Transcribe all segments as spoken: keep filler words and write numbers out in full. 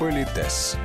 Политес.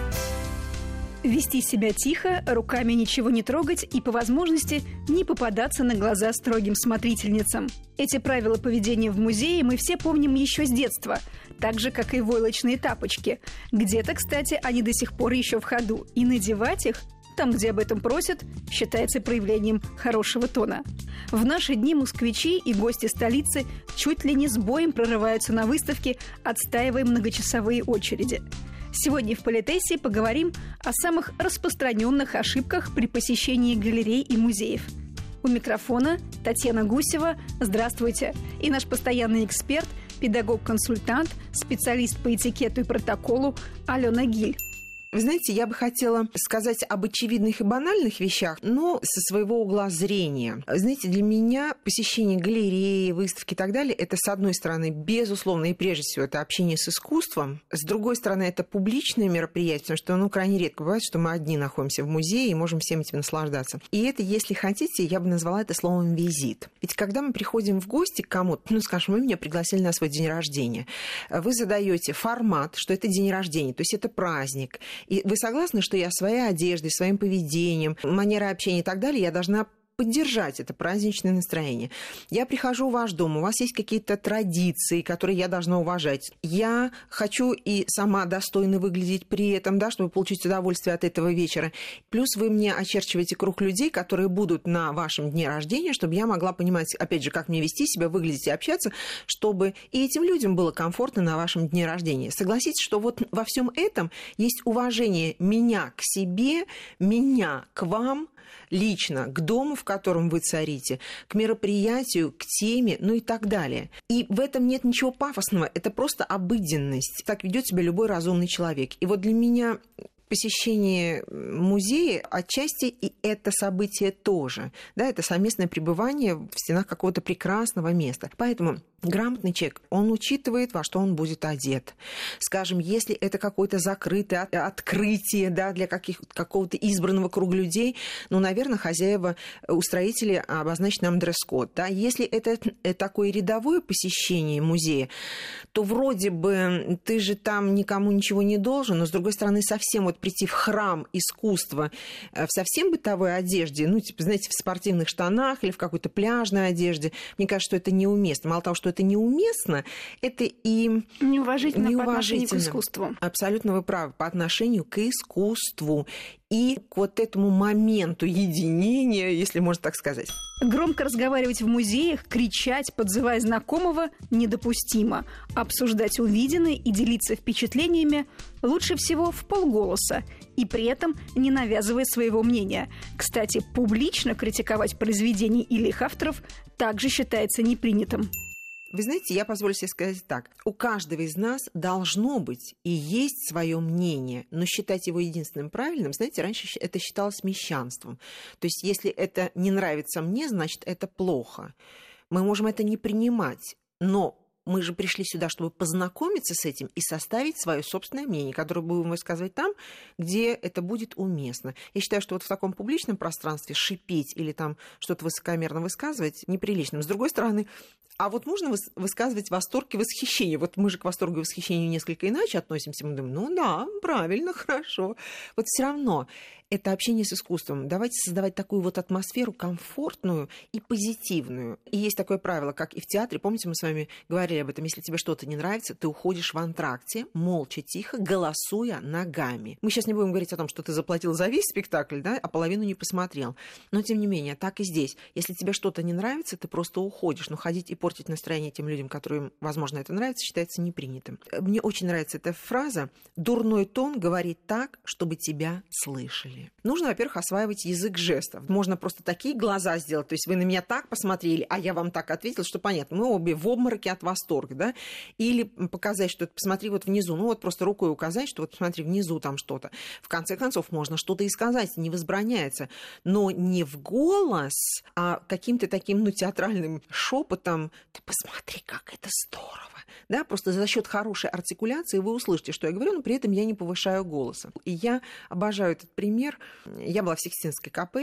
Вести себя тихо, руками ничего не трогать и, по возможности, не попадаться на глаза строгим смотрительницам. Эти правила поведения в музее мы все помним еще с детства, так же, как и войлочные тапочки. Где-то, кстати, они до сих пор еще в ходу, и надевать их там, где об этом просят, считается проявлением хорошего тона. В наши дни москвичи и гости столицы чуть ли не с боем прорываются на выставки, отстаивая многочасовые очереди. Сегодня в Политесе поговорим о самых распространенных ошибках при посещении галерей и музеев. У микрофона Татьяна Гусева. Здравствуйте. И наш постоянный эксперт, педагог-консультант, специалист по этикету и протоколу Алена Гиль. Вы знаете, я бы хотела сказать об очевидных и банальных вещах, но со своего угла зрения. Знаете, для меня посещение галереи, выставки и так далее, это, с одной стороны, безусловно, и прежде всего, это общение с искусством. С другой стороны, это публичное мероприятие, потому что, ну, крайне редко бывает, что мы одни находимся в музее и можем всем этим наслаждаться. И это, если хотите, я бы назвала это словом «визит». Ведь когда мы приходим в гости к кому-то, ну, скажем, вы меня пригласили на свой день рождения, вы задаете формат, что это день рождения, то есть это праздник. И вы согласны, что я своей одеждой, своим поведением, манерой общения и так далее, я должна поддержать это праздничное настроение. Я прихожу в ваш дом, у вас есть какие-то традиции, которые я должна уважать. Я хочу и сама достойно выглядеть при этом, да, чтобы получить удовольствие от этого вечера. Плюс вы мне очерчиваете круг людей, которые будут на вашем дне рождения, чтобы я могла понимать, опять же, как мне вести себя, выглядеть и общаться, чтобы и этим людям было комфортно на вашем дне рождения. Согласитесь, что вот во всем этом есть уважение меня к себе, меня к вам, лично, к дому, в котором вы царите, к мероприятию, к теме, ну и так далее. И в этом нет ничего пафосного, это просто обыденность. Так ведет себя любой разумный человек. И вот для меня посещение музея отчасти и это событие тоже. Да, это совместное пребывание в стенах какого-то прекрасного места. Поэтому грамотный человек, он учитывает, во что он будет одет. Скажем, если это какое-то закрытое открытие, да, для каких, какого-то избранного круга людей, ну, наверное, хозяева, устроители обозначат нам дресс-код. Да. Если это такое рядовое посещение музея, то вроде бы ты же там никому ничего не должен, но, с другой стороны, совсем вот прийти в храм искусства в совсем бытовой одежде, ну, типа, знаете, в спортивных штанах или в какой-то пляжной одежде, мне кажется, что это неуместно. Мало того, что это неуместно, это и неуважительно, неуважительно по отношению к искусству. Абсолютно вы правы, по отношению к искусству и к вот этому моменту единения, если можно так сказать. Громко разговаривать в музеях, кричать, подзывая знакомого, недопустимо. Обсуждать увиденное и делиться впечатлениями лучше всего вполголоса и при этом не навязывая своего мнения. Кстати, публично критиковать произведения или их авторов также считается непринятым. Вы знаете, я позволю себе сказать так. У каждого из нас должно быть и есть свое мнение, но считать его единственным правильным, знаете, раньше это считалось мещанством. То есть если это не нравится мне, значит, это плохо. Мы можем это не принимать, но мы же пришли сюда, чтобы познакомиться с этим и составить свое собственное мнение, которое будем высказывать там, где это будет уместно. Я считаю, что вот в таком публичном пространстве шипеть или там что-то высокомерно высказывать неприлично. С другой стороны, а вот можно высказывать восторг и восхищение. Вот мы же к восторгу и восхищению несколько иначе относимся. Мы думаем, ну да, правильно, хорошо. Вот все равно это общение с искусством. Давайте создавать такую вот атмосферу комфортную и позитивную. И есть такое правило, как и в театре. Помните, мы с вами говорили об этом. Если тебе что-то не нравится, ты уходишь в антракте, молча, тихо, голосуя ногами. Мы сейчас не будем говорить о том, что ты заплатил за весь спектакль, да, а половину не посмотрел. Но, тем не менее, так и здесь. Если тебе что-то не нравится, ты просто уходишь. Но ходить и портить настроение тем людям, которым, возможно, это нравится, считается непринятым. Мне очень нравится эта фраза «дурной тон говорит так, чтобы тебя слышали». Нужно, во-первых, осваивать язык жестов. Можно просто такие глаза сделать, то есть вы на меня так посмотрели, а я вам так ответила, что понятно, мы обе в обмороке от восторга, да? Или показать, что посмотри вот внизу, ну вот просто рукой указать, что вот посмотри внизу там что-то. В конце концов, можно что-то и сказать, не возбраняется, но не в голос, а каким-то таким, ну, театральным шепотом. Ты посмотри, как это здорово. Да, просто за счет хорошей артикуляции вы услышите, что я говорю, но при этом я не повышаю голоса. И я обожаю этот пример. Я была в Сикстинской капелле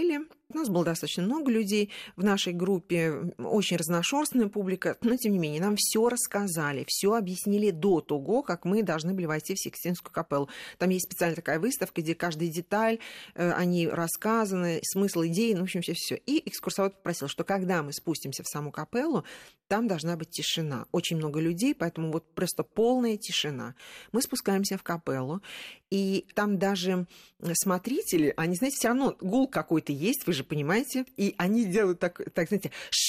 У нас было достаточно много людей в нашей группе, очень разношерстная публика, но, тем не менее, нам все рассказали, все объяснили до того, как мы должны были войти в Сикстинскую капеллу. Там есть специальная такая выставка, где каждая деталь, они рассказаны, смысл идеи, ну, в общем, все-все. И экскурсовод попросил, что когда мы спустимся в саму капеллу, там должна быть тишина. Очень много людей, поэтому вот просто полная тишина. Мы спускаемся в капеллу, и там даже смотрители, они, знаете, все равно гул какой-то есть, вы же понимаете, и они делают так, так знаете,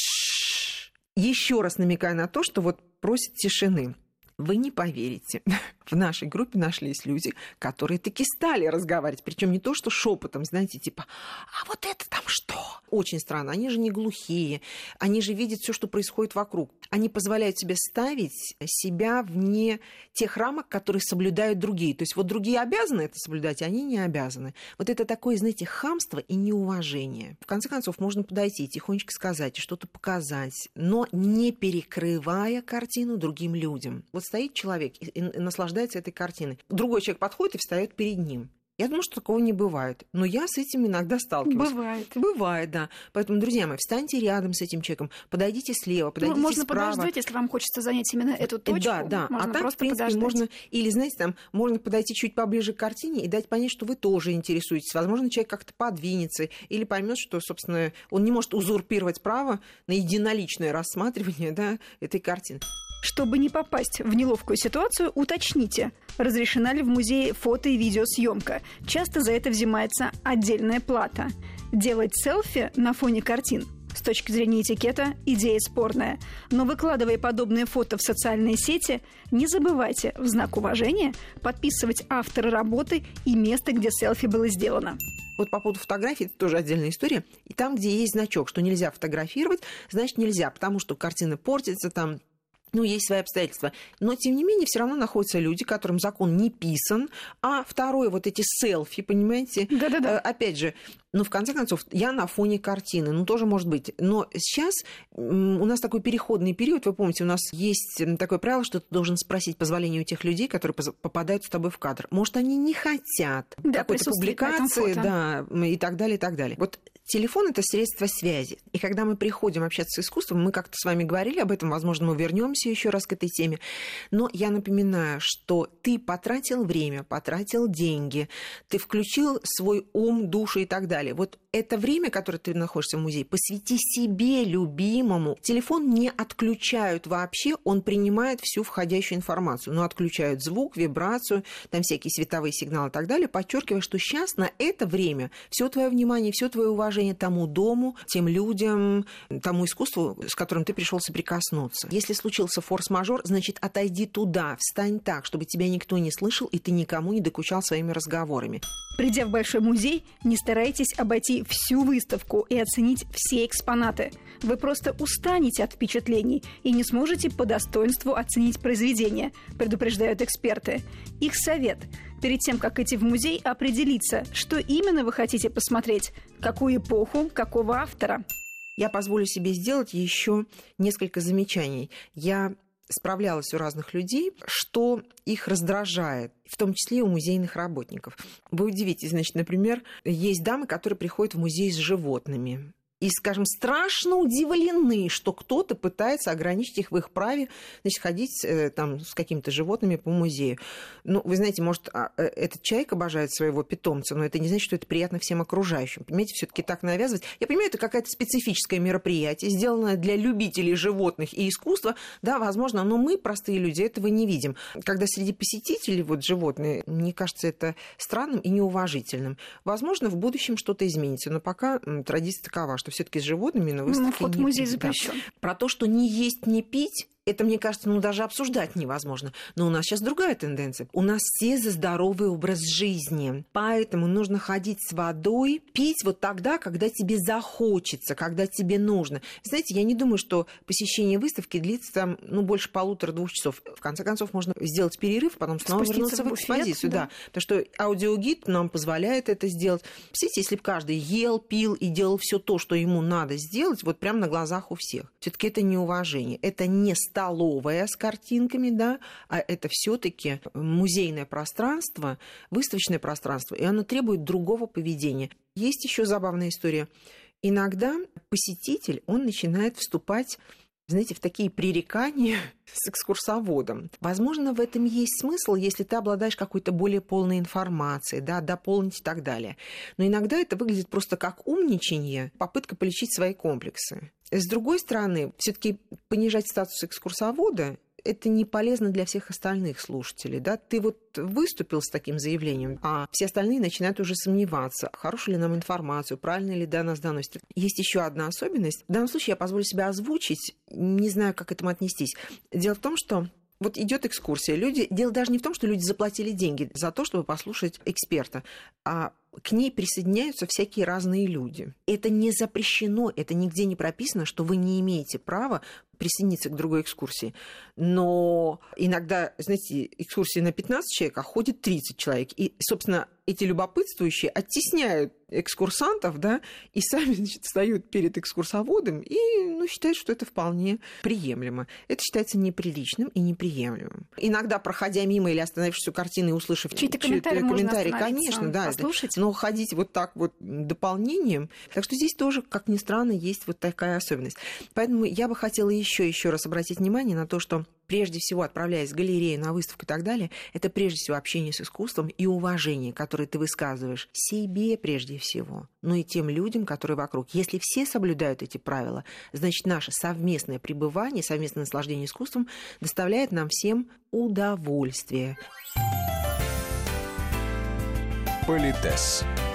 еще раз намекая на то, что вот просят тишины. Вы не поверите, в нашей группе нашлись люди, которые таки стали разговаривать, причем не то, что шепотом, знаете, типа, а вот это там что? Очень странно, они же не глухие, они же видят все, что происходит вокруг. Они позволяют себе ставить себя вне тех рамок, которые соблюдают другие. То есть вот другие обязаны это соблюдать, а они не обязаны. Вот это такое, знаете, хамство и неуважение. В конце концов, можно подойти, тихонечко сказать, что-то показать, но не перекрывая картину другим людям. Вот стоит человек и, и наслаждается этой картиной. Другой человек подходит и встает перед ним. Я думаю, что такого не бывает. Но я с этим иногда сталкиваюсь. Бывает. Бывает, да. Поэтому, друзья мои, встаньте рядом с этим человеком, подойдите слева, подойдите можно справа. Можно подождать, если вам хочется занять именно эту точку. Да, да. Можно а так, просто в принципе, подождать. можно... Или, знаете, там, можно подойти чуть поближе к картине и дать понять, что вы тоже интересуетесь. Возможно, человек как-то подвинется или поймет, что, собственно, он не может узурпировать право на единоличное рассматривание, да, этой картины. Чтобы не попасть в неловкую ситуацию, уточните, разрешена ли в музее фото- и видеосъемка. Часто за это взимается отдельная плата. Делать селфи на фоне картин с точки зрения этикета идея спорная. Но выкладывая подобные фото в социальные сети, не забывайте в знак уважения подписывать автора работы и место, где селфи было сделано. Вот по поводу фотографий, это тоже отдельная история. И там, где есть значок, что нельзя фотографировать, значит нельзя, потому что картина портится, там... Ну, есть свои обстоятельства. Но, тем не менее, все равно находятся люди, которым закон не писан. А второе, вот эти селфи, понимаете? Да-да-да. Опять же, ну, в конце концов, я на фоне картины. Ну, тоже может быть. Но сейчас у нас такой переходный период. Вы помните, у нас есть такое правило, что ты должен спросить позволения у тех людей, которые попадают с тобой в кадр. Может, они не хотят да, какой-то публикации, да, и так далее, и так далее. Вот телефон — это средство связи. И когда мы приходим общаться с искусством, мы как-то с вами говорили об этом, возможно, мы вернемся еще раз к этой теме. Но я напоминаю, что ты потратил время, потратил деньги, ты включил свой ум, душу и так далее. Вот это время, которое ты находишься в музее, посвяти себе, любимому. Телефон не отключают вообще, он принимает всю входящую информацию. Но отключают звук, вибрацию, там всякие световые сигналы и так далее, подчеркивая, что сейчас на это время все твое внимание, все твое уважение тому дому, тем людям, тому искусству, с которым ты пришел соприкоснуться. Если случился форс-мажор, значит, отойди туда, встань так, чтобы тебя никто не слышал, и ты никому не докучал своими разговорами. Придя в Большой музей, не старайтесь обойти всю выставку и оценить все экспонаты. Вы просто устанете от впечатлений и не сможете по достоинству оценить произведение, предупреждают эксперты. Их совет – перед тем, как идти в музей, определиться, что именно вы хотите посмотреть, какую эпоху, какого автора. Я позволю себе сделать еще несколько замечаний. Я справлялась у разных людей, что их раздражает, в том числе и у музейных работников. Вы удивитесь, значит, например, есть дамы, которые приходят в музей с животными. И, скажем, страшно удивлены, что кто-то пытается ограничить их в их праве, значит, ходить э, там, с какими-то животными по музею. Ну, вы знаете, может, этот человек обожает своего питомца, но это не значит, что это приятно всем окружающим. Понимаете, все-таки так навязывать. Я понимаю, это какое-то специфическое мероприятие, сделанное для любителей животных и искусства. Да, возможно, но мы, простые люди, этого не видим. Когда среди посетителей вот, животные, мне кажется, это странным и неуважительным. Возможно, в будущем что-то изменится, но пока традиция такова, что все-таки с животными на выставке... Ну, вход в музей запрещен. Да. Про то, что не есть, не пить, это, мне кажется, ну, даже обсуждать невозможно. Но у нас сейчас другая тенденция. У нас все за здоровый образ жизни. Поэтому нужно ходить с водой, пить вот тогда, когда тебе захочется, когда тебе нужно. Знаете, я не думаю, что посещение выставки длится там, ну, больше полутора-двух часов. В конце концов, можно сделать перерыв, потом снова спуститься вернуться в, в экспозицию. Да. Да. Потому что аудиогид нам позволяет это сделать. Представляете, если бы каждый ел, пил и делал все то, что ему надо сделать, вот прямо на глазах у всех. Все-таки это неуважение. Это не столовая с картинками, да, а это все-таки музейное пространство, выставочное пространство, и оно требует другого поведения. Есть еще забавная история. иногда посетитель, он начинает вступать, знаете, в такие пререкания с экскурсоводом. Возможно, в этом есть смысл, если ты обладаешь какой-то более полной информацией, да, дополнить и так далее. Но иногда это выглядит просто как умничанье, попытка полечить свои комплексы. С другой стороны, все-таки понижать статус экскурсовода — это не полезно для всех остальных слушателей. Да? Ты вот выступил с таким заявлением, а все остальные начинают уже сомневаться, хорошую ли нам информацию, правильно ли до нас доносит. Есть еще одна особенность. В данном случае я позволю себя озвучить, не знаю, как к этому отнестись. Дело в том, что вот идет экскурсия. Люди... Дело даже не в том, что люди заплатили деньги за то, чтобы послушать эксперта, а к ней присоединяются всякие разные люди. Это не запрещено, это нигде не прописано, что вы не имеете права присоединиться к другой экскурсии. Но иногда, знаете, экскурсии на пятнадцать человек, а ходит тридцать человек. И, собственно, эти любопытствующие оттесняют экскурсантов, да, и сами, значит, встают перед экскурсоводом и, ну, считают, что это вполне приемлемо. Это считается неприличным и неприемлемым. Иногда, проходя мимо или остановившись у картины и услышав чьи-то комментарии, комментарии конечно, да, послушать. Но ходить вот так вот дополнением. Так что здесь тоже, как ни странно, есть вот такая особенность. Поэтому я бы хотела еще, еще раз обратить внимание на то, что прежде всего, отправляясь в галерею, на выставку и так далее, это прежде всего общение с искусством и уважение, которое ты высказываешь себе прежде всего, но и тем людям, которые вокруг. Если все соблюдают эти правила, значит, наше совместное пребывание, совместное наслаждение искусством доставляет нам всем удовольствие. Политес.